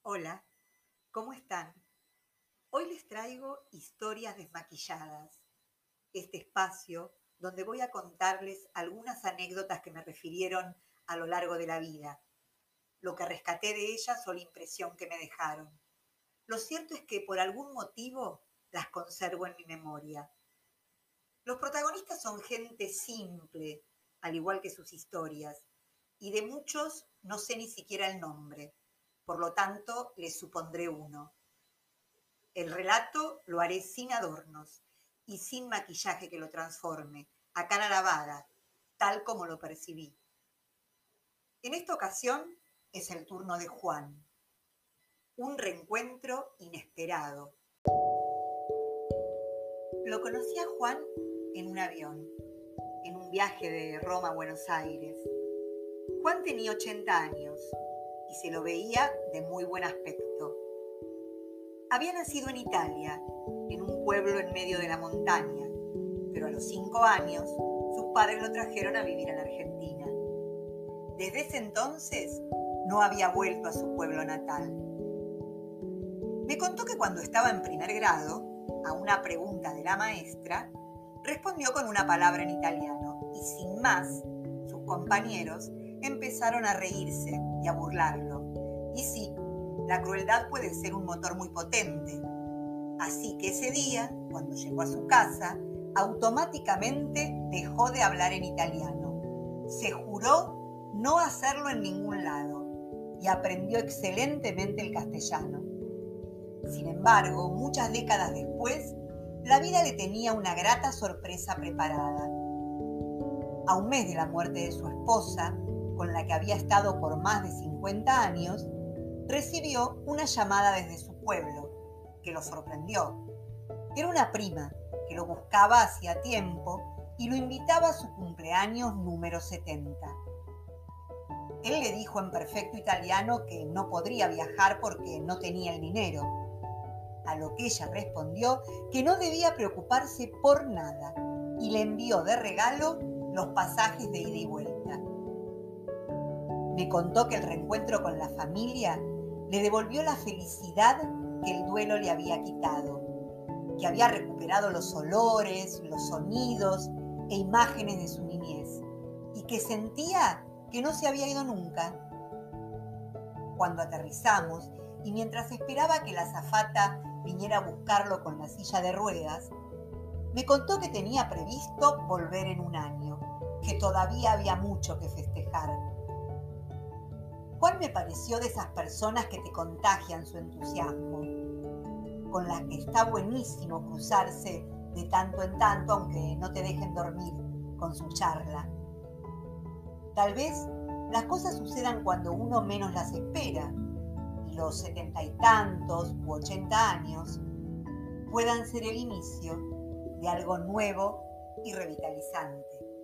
Hola, ¿cómo están? Hoy les traigo Historias Desmaquilladas, este espacio donde voy a contarles algunas anécdotas que me refirieron a lo largo de la vida, lo que rescaté de ellas o la impresión que me dejaron. Lo cierto es que por algún motivo las conservo en mi memoria. Los protagonistas son gente simple, al igual que sus historias, y de muchos no sé ni siquiera el nombre, por lo tanto les supondré uno. El relato lo haré sin adornos y sin maquillaje que lo transforme, a cara lavada, tal como lo percibí. En esta ocasión es el turno de Juan, un reencuentro inesperado. Lo conocí a Juan en un avión, en un viaje de Roma a Buenos Aires. Juan tenía 80 años y se lo veía de muy buen aspecto. Había nacido en Italia, en un pueblo en medio de la montaña, pero a los 5 años sus padres lo trajeron a vivir a la Argentina. Desde ese entonces no había vuelto a su pueblo natal. Me contó que cuando estaba en primer grado, a una pregunta de la maestra, respondió con una palabra en italiano y sin más, sus compañeros empezaron a reírse y a burlarlo. Y sí, la crueldad puede ser un motor muy potente. Así que ese día, cuando llegó a su casa, automáticamente dejó de hablar en italiano. Se juró no hacerlo en ningún lado y aprendió excelentemente el castellano. Sin embargo, muchas décadas después, la vida le tenía una grata sorpresa preparada. A un mes de la muerte de su esposa, con la que había estado por más de 50 años, recibió una llamada desde su pueblo, que lo sorprendió. Era una prima que lo buscaba hacía tiempo y lo invitaba a su cumpleaños número 70. Él le dijo en perfecto italiano que no podría viajar porque no tenía el dinero, a lo que ella respondió que no debía preocuparse por nada y le envió de regalo los pasajes de ida y vuelta. Me contó que el reencuentro con la familia le devolvió la felicidad que el duelo le había quitado, que había recuperado los olores, los sonidos e imágenes de su niñez y que sentía que no se había ido nunca. Cuando aterrizamos y mientras esperaba que la azafata viniera a buscarlo con la silla de ruedas, me contó que tenía previsto volver en un año, que todavía había mucho que festejar. Juan me pareció de esas personas que te contagian su entusiasmo, con las que está buenísimo cruzarse de tanto en tanto, aunque no te dejen dormir con su charla. Tal vez las cosas sucedan cuando uno menos las espera, y los 70 y tantos u 80 años puedan ser el inicio de algo nuevo y revitalizante.